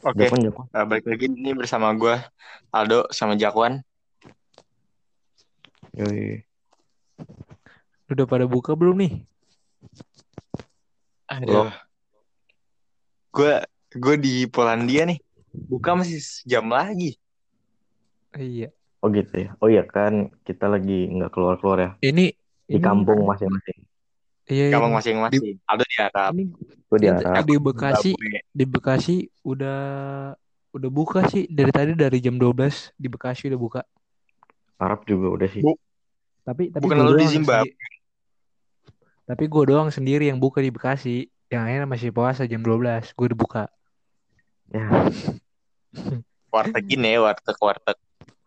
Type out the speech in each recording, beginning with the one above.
Oke, Jakwan, Jakwan. balik lagi ini bersama gue Aldo sama Jakwan. Yoi. Udah pada buka belum nih? Belum. Aduh, gue gue di Polandia nih. Buka masih sejam lagi. Iya. Oh gitu ya. Oh iya kan kita lagi nggak keluar-keluar ya. Ini Di ini kampung masing-masing. iya Kamu ini di masing-masing. Aldo di Arab. ini Gue di ini Arab. di Aku di Bekasi Zimbabwe. udah buka sih dari tadi dari jam 12 di Bekasi udah buka. Arab juga udah sih. Bu, Tapi bukan gue lo di doang yang Zimbabwe. tapi gue doang sendiri yang buka di Bekasi. Yang lainnya masih puasa jam 12 gue udah buka. Ya, Warteg ini ya, warteg.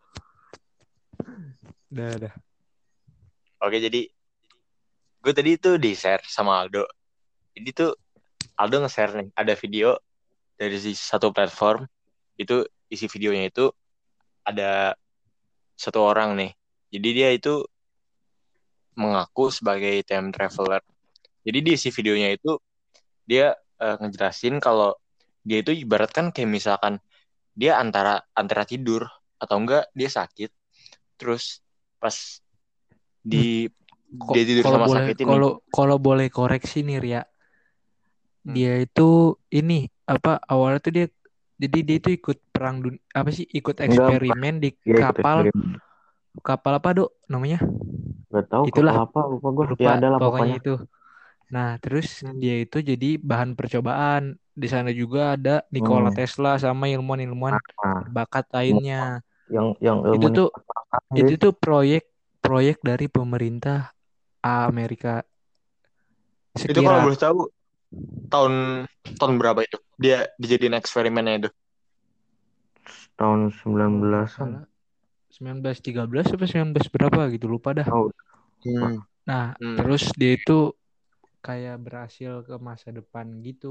Udah. Oke, jadi gue tadi tuh di-share sama Aldo. Jadi tuh Aldo nge-share nih, ada video dari satu platform. Itu isi videonya itu ada satu orang nih. Jadi dia itu mengaku sebagai time traveler. Jadi di isi videonya itu dia ngejelasin kalau dia itu ibaratkan kayak misalkan dia antara antara tidur atau enggak dia sakit. Terus pas Hmm, di kok dia tidur kalau sama boleh sakit ini, kalau kalau boleh koreksi nih Ria. hmm, Dia itu ini apa awalnya tuh dia itu ikut perang dunia apa sih ikut enggak bukan. eksperimen di Ya ikut kapal eksperimen. kapal apa Dok namanya? Gak tahu kapal Itulah apa lupa gue. Ya lupa adalah pokoknya pokoknya. itu. Nah, terus hmm, dia itu jadi bahan percobaan. Di sana juga ada Nikola Hmm. Tesla sama ilmuwan-ilmuwan Nah, berbakat semua lainnya. yang Itu ilmu nih tuh itu guys. tuh proyek proyek dari pemerintah Amerika itu kalau sekira boleh tahu tahun tahun berapa itu dia dijadiin eksperimennya itu? Tahun kalau nggak 19-an. salah 1913 atau 19 berapa gitu lupa dah. Oh, lupa. Hmm, Nah, hmm. terus dia itu kayak berhasil ke masa depan gitu.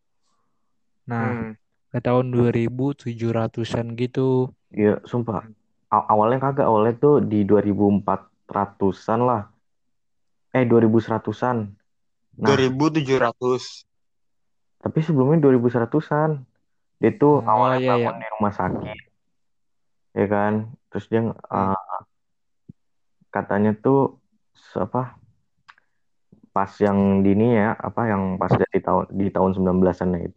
Nah, Hmm. ke tahun 2700-an gitu. Iya, sumpah. Awalnya kagak, awalnya tuh di 2400-an lah. 2100-an. Nah, 2700. tapi sebelumnya 2100-an. Dia tuh Oh awalnya iya ya. bangun di rumah sakit, ya kan? Terus dia Hmm. katanya tuh apa pas yang dini ya, apa yang pas dari tahun 19-an itu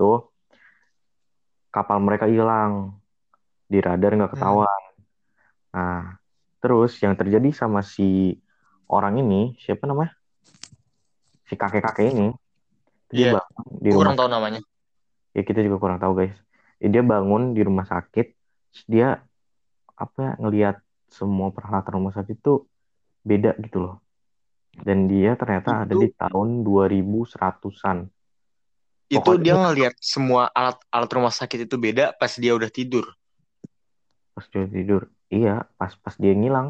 kapal mereka hilang, di radar nggak Hmm. ketahuan. Nah, terus yang terjadi sama si orang ini, siapa namanya? Si kakek-kakek ini, dia Iya, bangun di gue rumah kurang tahu namanya. ya kita juga kurang tahu guys. Dia bangun di rumah sakit, terus dia apa ya, ngelihat semua peralatan rumah sakit itu beda gitu loh. Dan dia ternyata ada Itu di tahun 2100-an. itu Pokoknya dia ini ngelihat semua alat-alat rumah sakit itu beda pas dia udah tidur. pas dia tidur. Iya, pas dia ngilang,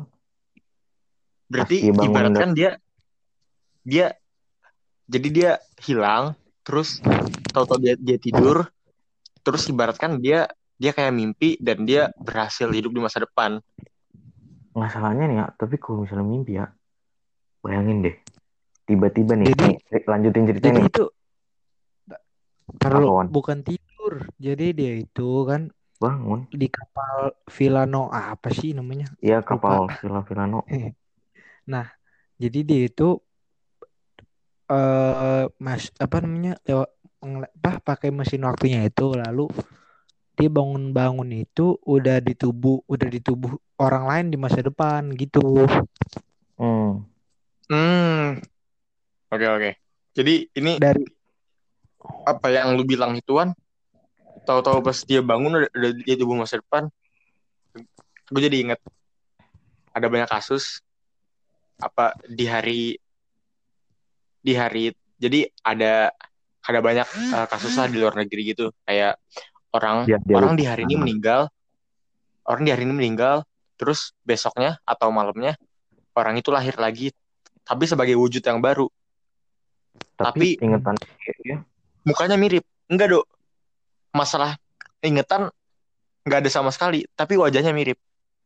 pas Berarti dia bangun ibaratkan dia dia jadi dia hilang, terus tahu-tahu dia tidur, terus ibaratkan dia dia kayak mimpi dan dia berhasil hidup di masa depan. nggak salahnya nih ya, tapi kalau misalnya mimpi ya, bayangin deh, tiba-tiba Jadi nih lanjutin ceritanya jadi nih, itu perlu apa Wan? bukan tidur. Jadi dia itu kan Bangun, di kapal Vilano apa sih namanya? iya kapal Lupa. Villa Vilano. Nah, jadi dia itu mas apa namanya lewat apa pakai mesin waktunya itu lalu dia bangun-bangun itu udah di tubuh orang lain di masa depan gitu. Hmm, Hmm, oke oke. Jadi ini Dari apa yang lu bilang ituan, tahu-tahu pas dia bangun udah dia tubuh masa depan. Gue jadi ingat ada banyak kasus apa di hari jadi ada banyak kasus lah di luar negeri gitu kayak orang dia orang lupa. di hari ini meninggal orang di hari ini meninggal terus besoknya atau malamnya orang itu lahir lagi tapi sebagai wujud yang baru Tapi tapi ingetan dia, mukanya mirip enggak dok masalah ingetan nggak ada sama sekali tapi wajahnya mirip.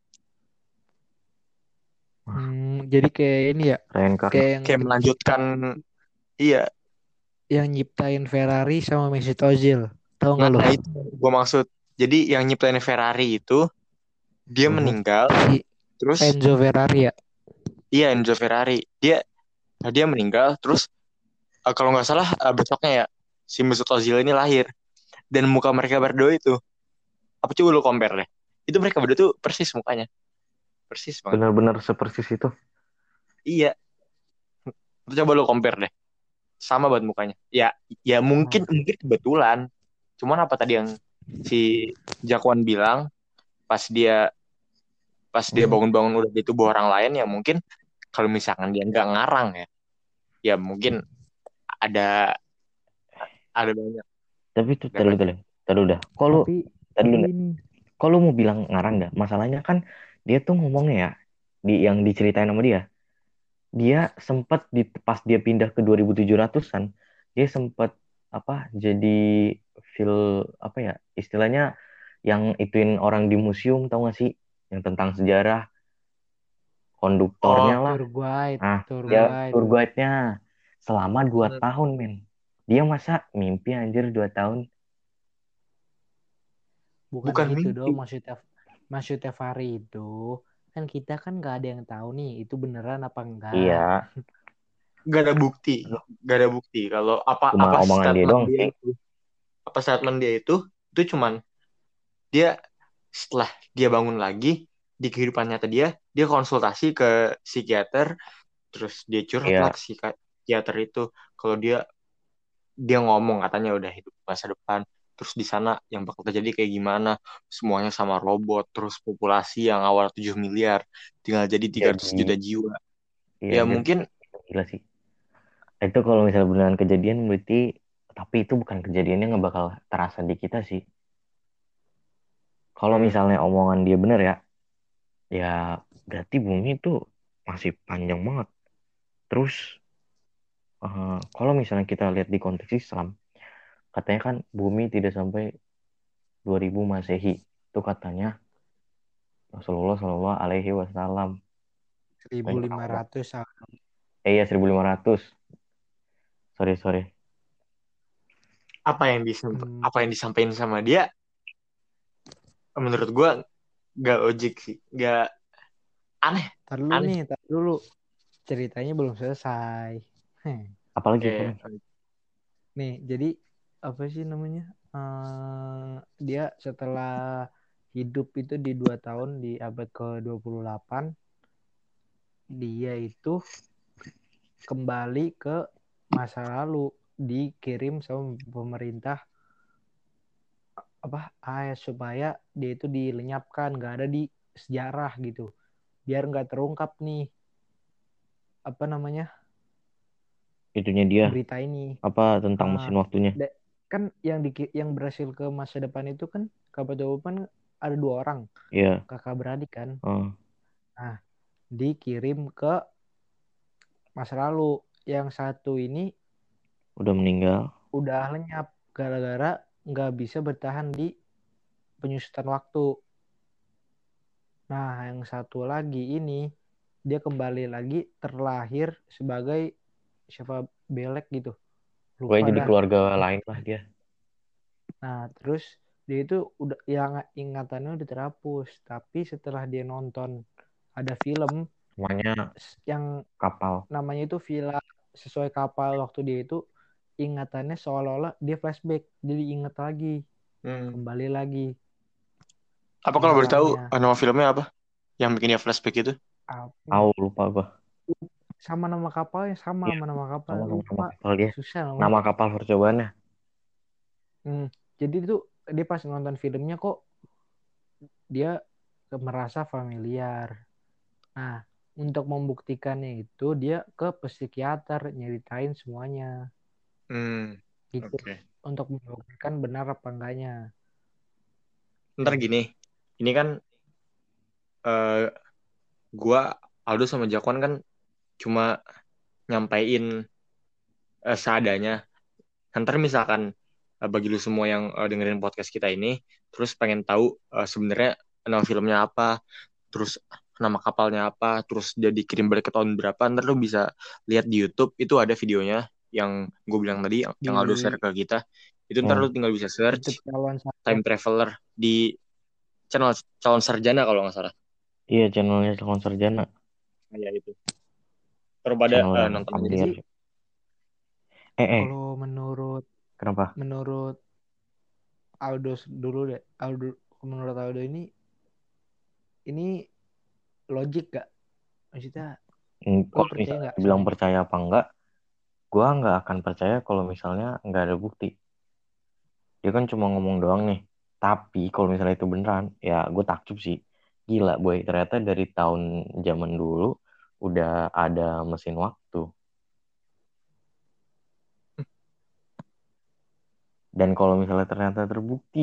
wah, jadi kayak ini ya kayak reinkarnasi. yang Kayak melanjutkan. Iya. yang nyiptain Ferrari sama Mesut Ozil tahu nggak lo? Nah itu gue maksud Jadi yang nyiptain Ferrari itu dia meninggal, Si terus Enzo Ferrari ya. iya Enzo Ferrari dia meninggal, terus kalau nggak salah besoknya ya si Mesut Ozil ini lahir, dan muka mereka berdua itu apa, coba lu compare deh, itu mereka berdua tuh persis mukanya, persis banget. Benar-benar sepersis itu. Iya, coba lu compare deh, sama banget mukanya. Ya mungkin mungkin kebetulan, cuman apa tadi yang si Jakwan bilang, pas dia bangun-bangun udah di tubuh orang lain, ya mungkin kalau misalkan dia nggak ngarang ya mungkin ada banyak, Tapi itu ada banyak. terlalu dah. Kalau Tapi tadi ini kalau mau bilang ngarang dah, masalahnya kan dia tuh ngomongnya ya yang diceritain sama dia sempat pas dia pindah ke 2700-an, dia sempat apa jadi feel apa ya istilahnya yang ituin orang di museum, tau gak sih, yang tentang sejarah, konduktornya Oh, lah. tour Ya guide. tour guide-nya selama 2 hmm. tahun men. Dia masa mimpi anjir 2 tahun. Bukan Bukan gitu mimpi. dong, maksudnya Fahri itu kan kita kan nggak ada yang tahu nih itu beneran apa enggak. Iya, Gak ada bukti kalau cuma apa omongan dia statement doang dia sih. itu, itu cuman dia setelah dia bangun lagi di kehidupan nyata dia konsultasi ke psikiater, terus dia curhat lah Iya, ke psikiater itu kalau dia ngomong katanya udah hidup masa depan, terus di sana yang bakal terjadi kayak gimana, semuanya sama robot, terus populasi yang awal 7 miliar tinggal jadi 300 jadi juta jiwa. iya Ya anjir, mungkin gila sih. Itu kalau misalnya beneran kejadian berarti, tapi itu bukan kejadiannya nggak bakal terasa di kita sih. Kalau hmm, misalnya omongan dia bener ya, ya berarti bumi itu masih panjang banget. Terus kalau misalnya kita lihat di konteks Islam, katanya kan bumi tidak sampai 2000 Masehi. Itu katanya Rasulullah Shallallahu Alaihi Wasallam. Banyak Allah. 1500 Iya 1500. Sorry. apa yang apa yang disampaikan sama dia menurut gue gak logik sih, gak, aneh. Tar dulu. Ceritanya belum selesai. Apalagi. Eh, Nih, jadi apa sih namanya? Dia setelah hidup itu di 2 tahun di abad ke-28, dia itu kembali ke masa lalu, dikirim sama pemerintah supaya dia itu dilenyapkan, nggak ada di sejarah gitu, biar nggak terungkap nih apa namanya Itunya dia berita ini. apa tentang Ah, mesin waktunya. kan yang berhasil ke masa depan itu kan kapal depan ada 2 orang, Iya. kakak beradik kan. Oh, Nah, dikirim ke masa lalu. Yang satu ini udah meninggal. udah lenyap gara-gara nggak bisa bertahan di penyusutan waktu. Nah, yang satu lagi ini dia kembali lagi terlahir sebagai siapa Belek gitu. Gue Lupa jadi dah. keluarga lain lah dia. Nah, terus dia itu udah yang ingatannya udah terhapus, tapi setelah dia nonton ada film Namanya yang kapal. namanya itu Villa sesuai kapal, waktu dia itu ingatannya seolah-olah dia flashback, jadi ingat lagi, kembali lagi apa kalau boleh tahu ingatan nama filmnya apa yang bikin dia flashback itu? Lupa gue. sama nama kapalnya, Iya, sama nama kapal sama nama lupa, kapal dia. susah namanya. Nama kapal percobaannya. Jadi itu dia pas nonton filmnya kok dia merasa familiar. Nah, untuk membuktikannya itu dia ke psikiater nyeritain semuanya gitu, Oke. untuk membuktikan benar apa enggaknya. Ntar gini, ini kan gua, Aldo sama Jakwan kan cuma nyampein seadanya. Ntar misalkan bagi lu semua yang dengerin podcast kita ini, terus pengen tahu sebenarnya nama filmnya apa, terus nama kapalnya apa, terus dia dikirim balik ke tahun berapa, ntar lu bisa lihat di YouTube, itu ada videonya yang gue bilang tadi, yang Aldo share ke kita. Itu ntar lu tinggal bisa search YouTube calon satu. Time Traveler di channel calon sarjana kalau nggak salah. Iya, channelnya Calon Sarjana. Ya itu. Terus pada Channel yang nonton aja familiar. sih. Kalau menurut Kenapa? Aldo dulu deh. Menurut Aldo ini logik gak? Maksudnya lo Kalau percaya misalnya nggak bilang sama ini? percaya apa enggak, gua nggak akan percaya kalau misalnya nggak ada bukti. Dia kan cuma ngomong doang nih. Tapi kalau misalnya itu beneran, ya gue takjub sih. Gila, boy. Ternyata dari tahun zaman dulu udah ada mesin waktu. Dan kalau misalnya ternyata terbukti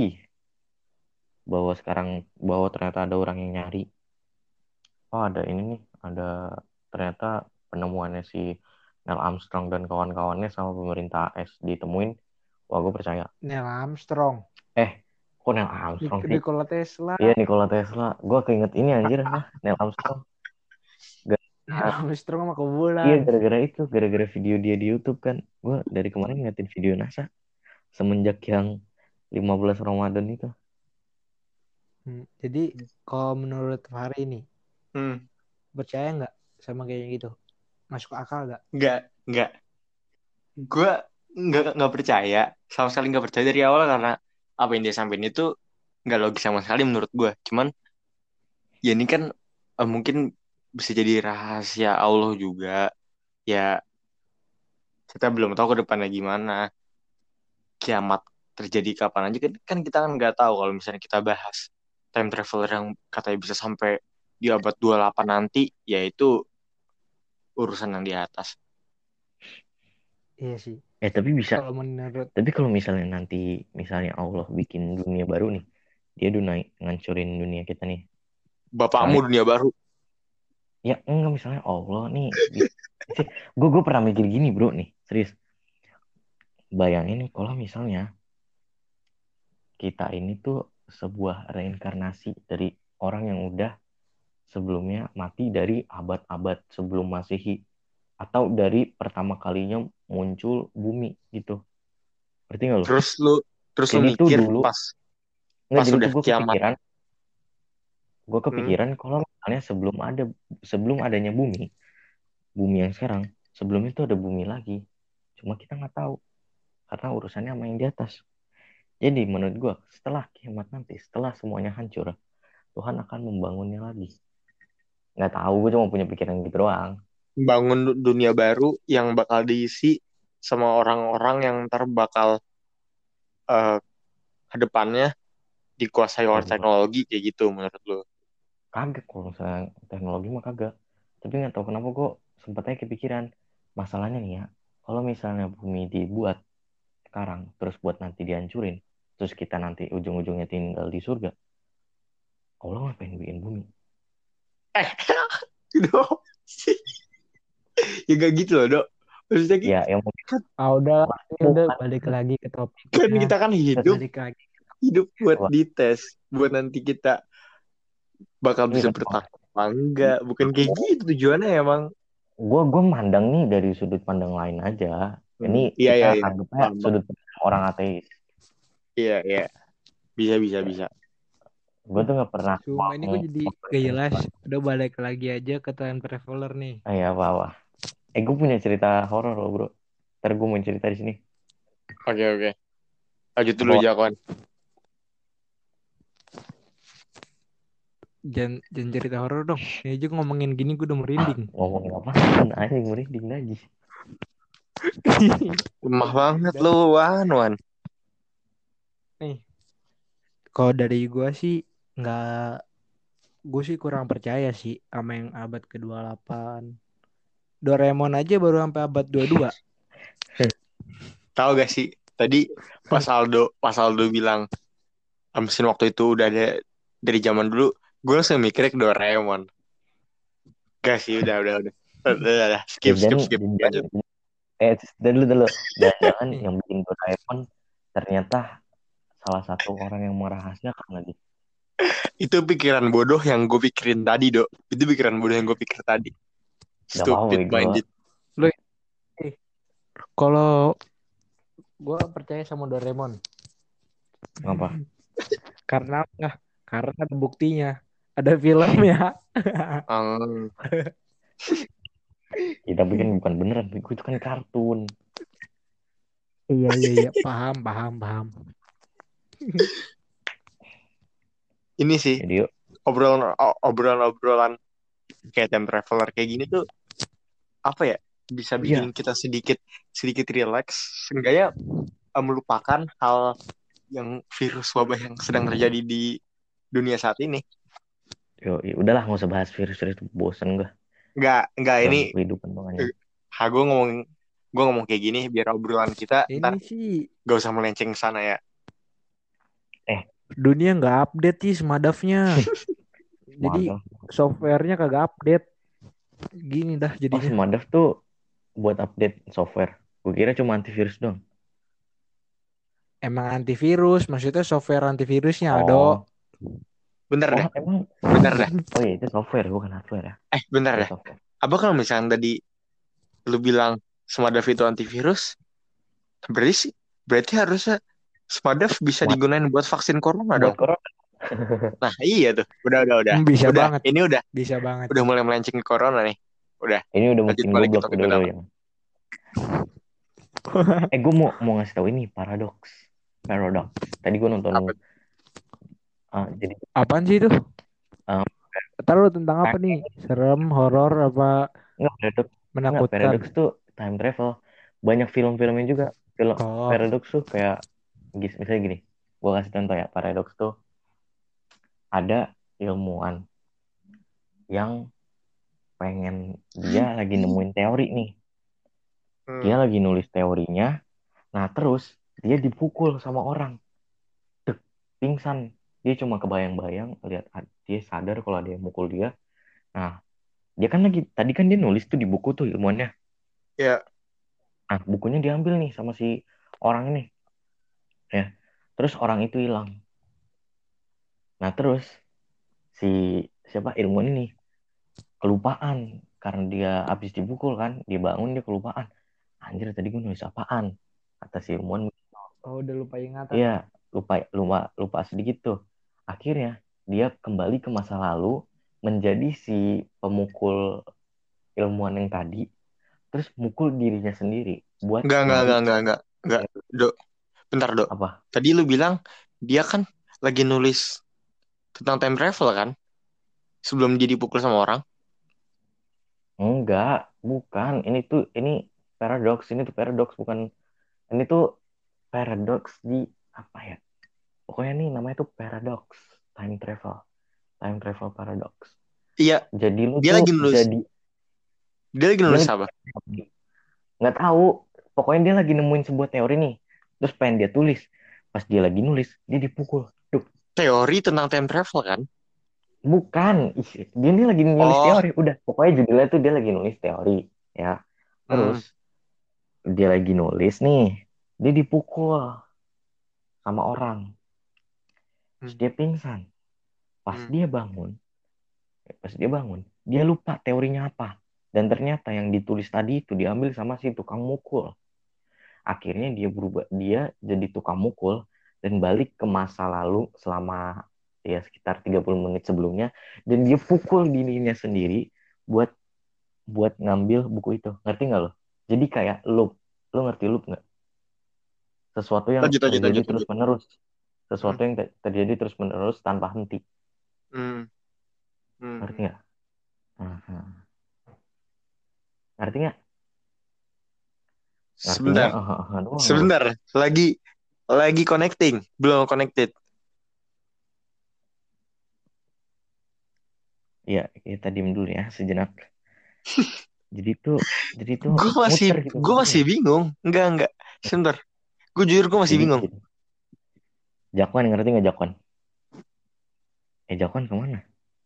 bahwa ternyata ada orang yang nyari. Oh, ada ini nih, ada ternyata penemuannya si Neil Armstrong dan kawan-kawannya sama pemerintah AS ditemuin. Wah, gue percaya. Neil Armstrong, Eh, kok Neil Armstrong sih? Nikola Tesla. Iya, Nikola Tesla. Gue keinget ini anjir, Neil Armstrong. Neil Gara- Armstrong mah ke Iya, bulan. gara-gara video dia di YouTube kan. Gue dari kemarin ngeliatin video NASA semenjak yang 15 Ramadan itu. Jadi kalau menurut Fahri nih, Hmm. percaya nggak sama kayak gitu? Masuk akal nggak? Nggak. Gue nggak percaya, sama sekali nggak percaya dari awal karena apa yang dia sampaikan itu nggak logis sama sekali menurut gue. Cuman ya ini kan mungkin bisa jadi rahasia Allah juga. Ya kita belum tahu ke depannya gimana. Kiamat terjadi kapan aja kan kita kan nggak tahu kalau misalnya kita bahas time traveler yang katanya bisa sampai di abad 28 nanti, yaitu urusan yang di atas. Iya sih. Tapi bisa. Kalau menurut Tapi kalau misalnya nanti, misalnya Allah bikin dunia baru nih. Dia udah ngancurin dunia kita nih. Bapakmu Misalnya, dunia baru. ya enggak misalnya Allah nih. Gue pernah mikir gini bro nih. Serius. Bayangin nih kalau misalnya kita ini tuh sebuah reinkarnasi dari orang yang udah sebelumnya mati dari abad-abad sebelum Masehi atau dari pertama kalinya muncul bumi gitu. Berarti nggak lo? Terus lu terus lu Jadi tuh mikir dulu pas nggak pas jadi udah tuh kiamat. gue Hmm? kepikiran kalau misalnya sebelum adanya bumi yang sekarang, sebelum itu ada bumi lagi. Cuma kita nggak tahu karena urusannya sama yang di atas. Jadi menurut gue setelah kiamat nanti, setelah semuanya hancur, Tuhan akan membangunnya lagi. Nggak tahu, gue cuma punya pikiran gitu doang. Bangun dunia baru yang bakal diisi sama orang-orang yang ntar bakal eh, ke depannya dikuasai oleh Teknologi. teknologi kayak gitu menurut lu. Kagak kalau misalnya teknologi mah kagak. Tapi nggak tahu kenapa kok sempatnya kepikiran. Masalahnya nih ya, kalau misalnya bumi dibuat sekarang, terus buat nanti dihancurin, terus kita nanti ujung-ujungnya tinggal di surga, Allah ngapain bikin bumi? Eh, Dok. Ya gak gitu loh, Dok. Maksudnya Ya, yang mungkin udah bukan. balik lagi ke kan topiknya. kita kan hidup Balik lagi. hidup buat Wah, dites, buat nanti kita bakal iya bisa kan? bertahan apa enggak. Bukan kayak gitu tujuannya emang. Gue mandang nih dari sudut pandang lain aja. Ini Iya, kita iya, iya. anggapnya Paham, Bang. sudut pandang orang ateis. Iya, iya. Bisa, bisa, bisa. Gue tuh nggak pernah Cuma ini gue jadi gak jelas. Udah balik lagi aja ke time traveler nih. ya apa-apa. Gue punya cerita horor loh bro. Ntar gue mau cerita di sini. Oke, oke. Lanjut dulu, Apa Jakon. Jangan cerita horor dong. Ini aja ngomongin gini gue udah merinding. ngomongin apa? Aja yang merinding lagi. Lemah banget lu, Wan. Nih, kalau dari gue sih nggak, gue sih kurang percaya sih sama yang abad ke-28. Doraemon aja baru sampai abad 22. Tahu gak sih? Tadi pas Aldo bilang mesin waktu itu udah ada dari zaman dulu, gue langsung mikirnya ke Doraemon. Gak sih, udah. Udah. Skip, skip, skip. Lanjut. Dulu. Jangan Nih, yang bikin Doraemon ternyata salah satu orang yang merahasiakan lagi. Itu pikiran bodoh yang gue pikirin tadi, Dok. Itu pikiran bodoh yang gue pikir tadi. Gak apa-apa Stupid bego. minded. lu kalau gue percaya sama Doraemon. Ngapa? Karena apa? Karena ada buktinya. Ada filmnya. Hmm. Ya, tapi kan bukan beneran, itu kan kartun. Iya, iya, iya. Paham, paham, paham. Ini sih Jadi yuk, obrolan kayak time traveler kayak gini tuh apa ya, bisa bikin iya, kita sedikit sedikit relax, seenggaknya melupakan hal yang virus wabah yang sedang terjadi di dunia saat ini. yuk, udahlah nggak usah bahas virus-virus, bosen gue Nggak ini, ganggu kehidupan makanya. gue ngomong, kayak gini biar obrolan kita ntar Ini sih gak usah melenceng ke sana ya. Eh, dunia nggak update sih Smadafnya. Jadi Smadaf. softwarenya kagak update. Gini dah Oh, jadinya. Smadaf tuh buat update software. Gue kira cuma antivirus dong. Emang antivirus, maksudnya software antivirusnya ada. Oh, Bentar oh deh, emang. bentar deh. Oh iya, itu software bukan hardware ya. Bentar Itu deh. software. Apa kalau misalnya tadi lu bilang Smadaf itu antivirus, berarti sih, berarti harusnya Smadaf bisa Smart digunain buat vaksin corona buat dong. corona. Nah, iya tuh. Bisa Udah, banget, ini udah bisa banget. mulai melenceng ke corona nih. Udah, Ini udah lanjut makin balik ke goblok, topik udah utama. ya. Gue mau ngasih tahu ini paradox. Paradox. Tadi gue nonton Apa? jadi Apaan sih itu? uh, Taruh tentang apa nih? Serem, horor, apa nggak paradox, nggak menakutkan? paradox tuh time travel. Banyak film-filmnya juga. Film Oh, paradox tuh kayak misalnya gini. Gue kasih contoh ya. Paradox tuh ada ilmuwan yang pengen, dia lagi nemuin teori nih. Dia Hmm. lagi nulis teorinya. Nah terus dia dipukul sama orang. Dek, pingsan. Dia cuma kebayang-bayang lihat dia sadar kalau ada yang mukul dia. Nah, dia kan lagi tadi kan dia nulis tuh di buku tuh ilmuannya. Ya, Nah, bukunya diambil nih sama si orang ini ya. Terus orang itu hilang. Nah, terus si siapa ilmuwan ini kelupaan karena dia habis dipukul kan, dia bangun dia kelupaan. Anjir, tadi gue nulis apaan? Kata si ilmuwan. oh udah lupa ingatan. Iya, lupa lupa lupa sedikit tuh. Akhirnya dia kembali ke masa lalu menjadi si pemukul ilmuwan yang tadi, terus mukul dirinya sendiri buat nyari enggak. Dok, bentar, Dok. apa? Tadi lu bilang dia kan lagi nulis tentang time travel kan? Sebelum jadi pukul sama orang. Enggak, bukan. Ini paradox, ini tuh paradox bukan. Ini tuh paradox di apa ya? Pokoknya nih namanya tuh paradox time travel. Time travel paradox. Iya, Jadi lu dia tuh lagi nulis. jadi Dia lagi dia nulis lagi apa? nggak tahu. Pokoknya dia lagi nemuin sebuah teori nih. Terus pengen dia tulis. Pas dia lagi nulis, dia dipukul. Duh, Teori tentang time travel kan? bukan. Ih, dia ini lagi nulis Oh, teori. Udah, pokoknya judulnya tuh dia lagi nulis teori. Ya, hmm. terus dia lagi nulis nih. Dia dipukul sama orang. Terus Hmm. dia pingsan. Pas Hmm. dia bangun, pas dia bangun, dia lupa teorinya apa. Dan ternyata yang ditulis tadi itu diambil sama si tukang mukul. Akhirnya dia berubah, dia jadi tukang mukul dan balik ke masa lalu selama ya sekitar 30 menit sebelumnya, dan dia pukul dirinya sendiri buat buat ngambil buku itu. Ngerti nggak lo? Jadi kayak loop. Lo ngerti loop nggak? Sesuatu yang Lanjut, lanjut, terjadi lanjut, terus lanjut. menerus. Hmm. Sesuatu yang terjadi terus menerus tanpa henti. Hmm. Ngerti Hmm. nggak? Aha. Ngerti nggak? Ngertinya Sebentar, doang lo. sebentar. Lagi connecting, belum connected. Ya, kita diem dulu ya sejenak. Jadi tuh, muter gitu Gue filmnya. masih bingung. Enggak. Sebentar. Gue jujur gue masih Jadi bingung. gitu. Jakwan, ngerti nggak Jakwan? Jakwan kemana?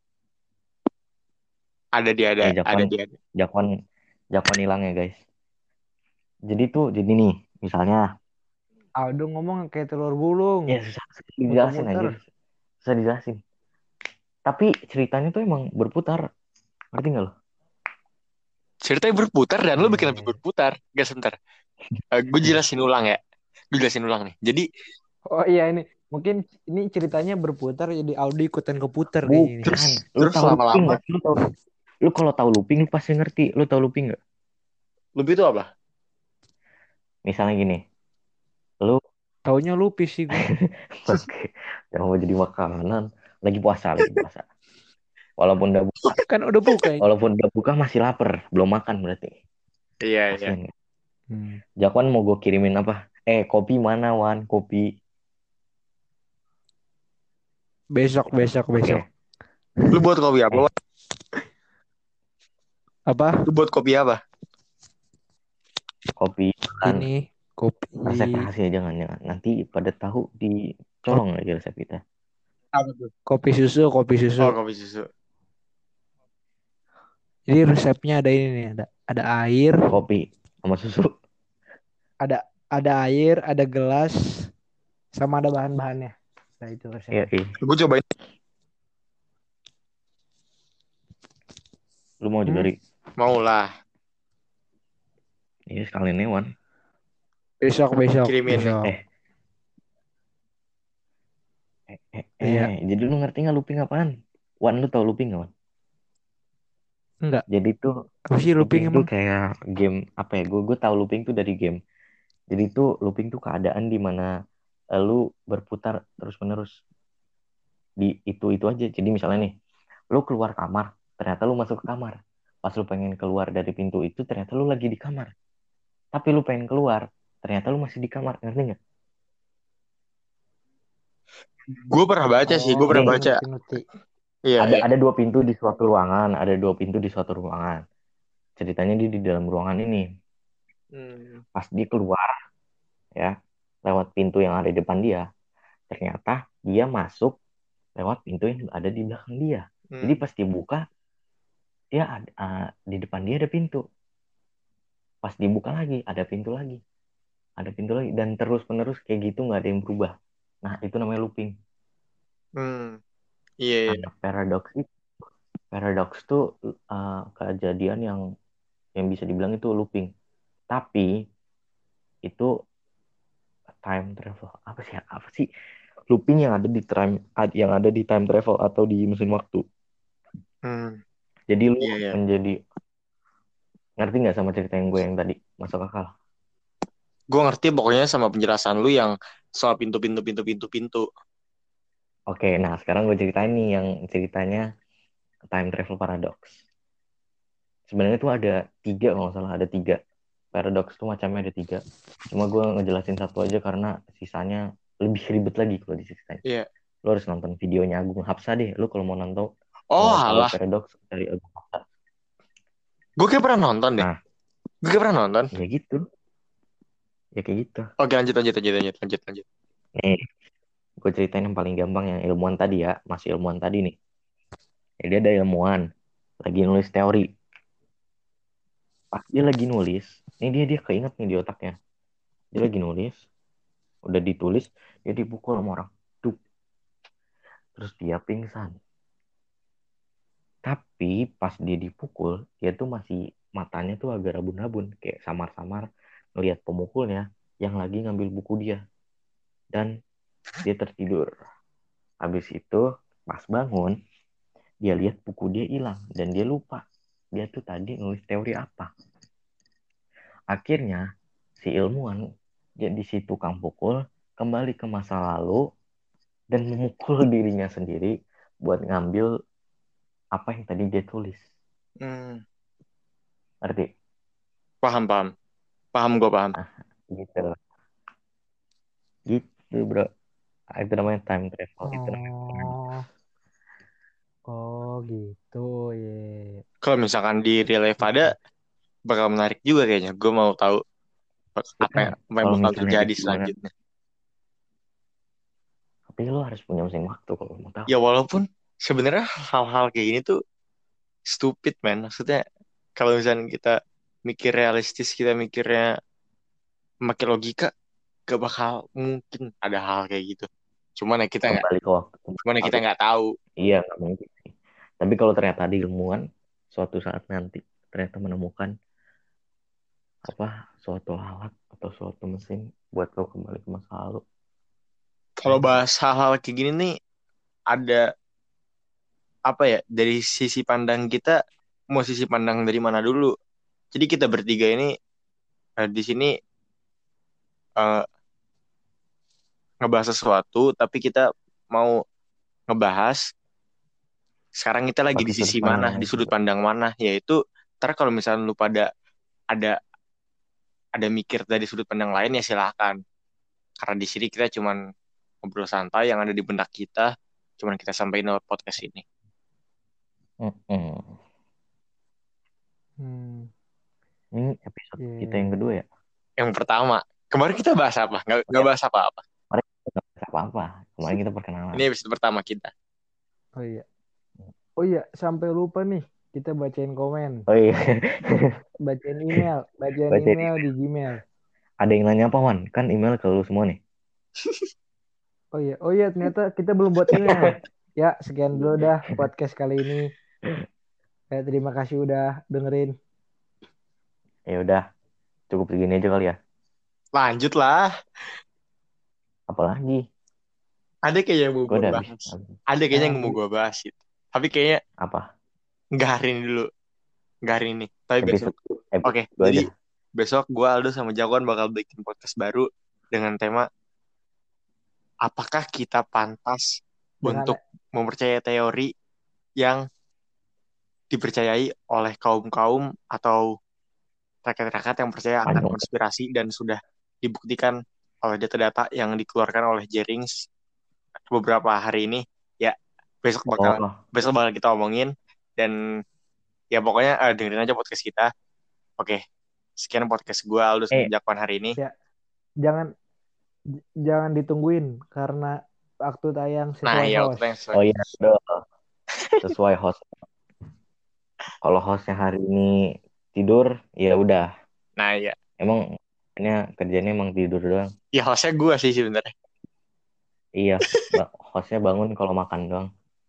Ada Jakwan, dia. Jakwan, Jakwan hilang ya guys. Jadi tuh, jadi nih, misalnya, Aldo ngomong kayak telur gulung, ya susah dijelasin muter-muter. aja, susah dijelasin. Tapi ceritanya tuh emang berputar, ngerti nggak lo? Ceritanya berputar dan lu Iya, bikin iya, lebih iya. berputar. Gak, sebentar. Gue jelasin ulang ya. Gue jelasin ulang nih. Jadi Oh iya ini. Mungkin ini ceritanya berputar jadi Aldi ikutan keputar kayaknya ini. Bukan. Lu Terus tahu looping lama-lama nggak? Lu kalau tahu looping lu pasti ngerti. Lu tahu looping nggak? lebih itu apa? Misalnya gini, lu Taunya lupis sih gue. oke, jangan mau jadi makanan. Lagi puasa. Walaupun udah Kan udah buka ini. walaupun udah buka masih lapar, belum makan berarti. Iya, iya. Kasian ya. Hmm. Jakwan mau gue kirimin apa? Kopi mana, Wan? Kopi. Besok. Oke. Lu buat kopi apa? Eh, Wan? Apa? Lu buat kopi apa? kopi kan Ini kopi. resep rahasia jangan. Nanti pada tahu dicolong aja resep kita. Apa tuh? Kopi susu. Oh, kopi susu. Jadi resepnya ada ini nih, ada air, Kopi sama susu. ada air, ada gelas, sama ada bahan-bahannya. Nah itu Iya, resepnya. Gue cobain. Lu mau juga Ri? Mau lah. Iya sekalian nih, Wan. Besok. Kirimin nih. Iya. Jadi lu ngerti nggak looping apaan? Wan, lu tau looping nggak, Wan? Enggak. Jadi tuh Apa sih looping looping tuh emang? kayak game apa ya? Gue tahu looping tuh dari game. Jadi tuh looping tuh keadaan di mana lu berputar terus menerus di itu aja. Jadi misalnya nih, lu keluar kamar, ternyata lu masuk ke kamar. Pas lu pengen keluar dari pintu itu, ternyata lu lagi di kamar. Tapi lu pengen keluar, ternyata lu masih di kamar. Ngerti nggak? Gue pernah baca sih. Gue pernah Nih, baca. Ngerti. Iya, ada iya. ada dua pintu di suatu ruangan, ceritanya dia di dalam ruangan ini. Pas dia keluar ya, lewat pintu yang ada di depan dia, ternyata dia masuk lewat pintu yang ada di belakang dia. Jadi pas dibuka, dia di depan dia ada pintu. Pas dibuka lagi ada pintu lagi, dan terus menerus kayak gitu, nggak ada yang berubah. Nah itu namanya looping. Iya, iya. Nah, paradox tuh kejadian yang bisa dibilang itu looping. Tapi itu time travel. Apa sih looping yang ada di time travel atau di mesin waktu. Jadi lu Iya, iya. ngerti nggak sama cerita yang gue yang tadi masuk akal? Gue ngerti pokoknya sama penjelasan lu yang soal pintu. Oke, nah sekarang gue ceritain nih yang ceritanya time travel paradox. Sebenarnya tuh ada 3, kalau nggak salah ada 3. Paradox tuh macamnya ada 3. Cuma gue ngejelasin satu aja karena sisanya lebih ribet lagi kalau diceritain. Iya. Lu harus nonton videonya Agung Hapsa deh. Lu kalau mau Oh, tahu alah. paradox dari Agung Hapsa. Gue kayak pernah nonton deh. Nah, Gue kayak pernah nonton. ya gitu. Ya kayak gitu. Oke, lanjut. Nih, gue ceritain yang paling gampang yang ilmuwan tadi ya. Masih ilmuwan tadi nih. Jadi ada ilmuwan lagi nulis teori. Pas dia lagi nulis, ini dia keinget nih di otaknya. Dia lagi nulis, udah ditulis, dia dipukul sama orang. Duh. Terus dia pingsan. Tapi pas dia dipukul, dia tuh masih matanya tuh agak rabun-rabun, kayak samar-samar ngelihat pemukulnya yang lagi ngambil buku dia. Dan dia tertidur. Habis itu pas bangun, dia lihat buku dia hilang dan dia lupa. Dia tuh tadi nulis teori apa. Akhirnya si ilmuwan jadi si tukang pukul kembali ke masa lalu dan memukul dirinya sendiri buat ngambil apa yang tadi dia tulis. Ngerti? Paham. Gue paham. Nah, gitu. Gitu, bro. Itu namanya time travel. Itu namanya paradox. Oh gitu ya. Kalau misalkan di real life ada, bakal menarik juga kayaknya. Gue mau tahu apa Kan yang kalau bakal misalnya terjadi itu banget, selanjutnya. tapi lo harus punya mesin waktu kalau mau tahu. Ya walaupun sebenarnya hal-hal kayak gini tuh stupid, man. Maksudnya kalau misalnya kita mikir realistis, kita mikirnya pakai logika, gak bakal mungkin ada hal kayak gitu. Kembali ke waktu ke masa Cuman ya kita lalu. nggak tahu. Iya, nggak mungkin sih. Tapi kalau ternyata ada ilmuwan suatu saat nanti ternyata menemukan apa suatu alat atau suatu mesin buat lo kembali ke masa lalu, kalau bahas hal-hal kayak gini nih ada apa ya, dari sisi pandang kita, mau sisi pandang dari mana dulu. Jadi kita bertiga ini di sini eh, ngebahas sesuatu, tapi kita mau ngebahas sekarang kita lagi pakai di sudut sisi pandang mana, di sudut pandang mana, yaitu ntar kalau misalnya lu pada ada mikir dari sudut pandang lain ya silakan. Karena di sini kita cuman ngobrol santai yang ada di benak kita, cuman kita sampaikan lewat podcast ini. Mm-mm. Hmm, Ini episode iya, kita iya. yang kedua ya. Yang pertama, kemarin kita bahas apa? Nggak Ya, bahas apa-apa. kemarin kita nggak bahas apa-apa. Kemarin kita perkenalan. Ini episode pertama kita. Oh iya. Oh iya, sampai lupa nih. Kita bacain komen. Oh iya. Bacain email. Bacain Baca email di Gmail. ada yang nanya apa, Wan? Kan email ke lu semua nih. Oh iya, ternyata kita belum buat email. Ya, sekian dulu dah podcast kali ini. Terima kasih udah dengerin. Ya udah, cukup segini aja kali ya. Lanjut lah. Apalagi? Ada kayaknya yang mau Gue gue udah bahas. habis. Ada kayaknya yang mau gue bahas gitu. Tapi kayaknya Apa? nggak hari ini dulu. Nggak hari ini. Tapi besok. Episode Oke, gue jadi aja. besok gue Aldo sama Jagoan bakal bikin podcast baru dengan tema apakah kita pantas Dengan untuk mempercayai teori yang dipercayai oleh kaum-kaum atau rakyat-rakyat yang percaya akan Panjang. konspirasi dan sudah dibuktikan oleh data-data yang dikeluarkan oleh Jerings beberapa hari ini. Ya, besok bakal kita omongin, dan ya pokoknya dengerin aja podcast kita. Oke, sekian podcast gue Aldo sama Jagoan hari ini. ya, jangan ditungguin karena waktu tayang sesuai host. Oh iya, sesuai host. Kalau hostnya hari ini tidur, ya udah. Nah ya, Emang kerjanya emang tidur doang. ya hostnya gue sih sebenarnya. Iya, hostnya bangun kalau makan doang.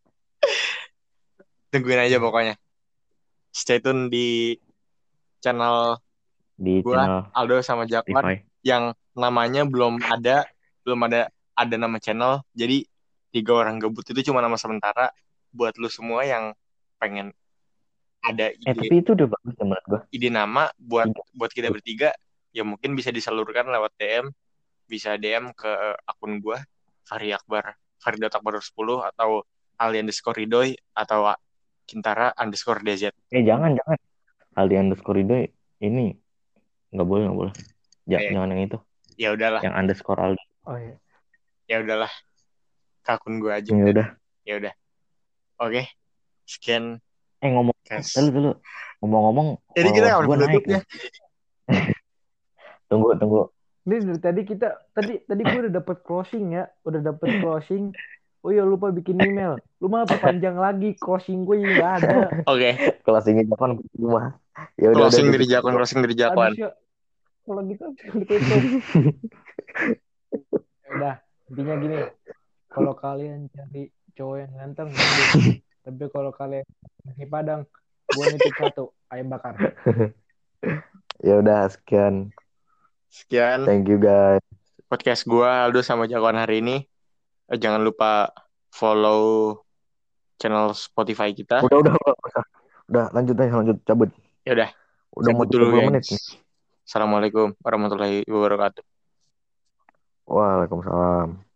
Tungguin aja pokoknya. Stay tune di channel Di gue channel Aldo sama Jagoan yang namanya belum ada nama channel. Jadi 3 orang gabut itu cuma nama sementara. Buat lu semua yang pengen ada ide, tapi itu udah bagus ya menurut gue. ide nama buat kita bertiga, ya mungkin bisa disalurkan lewat DM. Bisa DM ke akun gue Farid_Akbar 10 atau Ali_Ridoy atau Kintara_DZ. Jangan Aldi_Ridoy ini nggak boleh. Jangan yang itu. Ya udahlah. Yang _Aldi. Oh iya. Ya udahlah. Ke akun gue aja. Ya udah. Oke. Sekian. Ngomong dulu. Ngomong-ngomong. Jadi kita harus naik ya. Tunggu. Ini dari tadi gue udah dapet closing ya. Oh iya, lupa bikin email. Lu malah perpanjang lagi closing gue yang nggak ada. Oke. Closingnya Jagoan rumah. Ya udah. Closing dari Jagoan. Kalau gitu ditutup. Udah, intinya gini. Kalau kalian cari cowok yang ganteng, tapi kalau kalian di Padang, gue nitip 1 ayam bakar. Ya udah, sekian. Thank you guys. Podcast gue Aldo sama Jagoan hari ini. Jangan lupa follow channel Spotify kita. Udah lanjut cabut. Ya udah. Udah mau 20 menit nih. Assalamualaikum warahmatullahi wabarakatuh. Waalaikumsalam.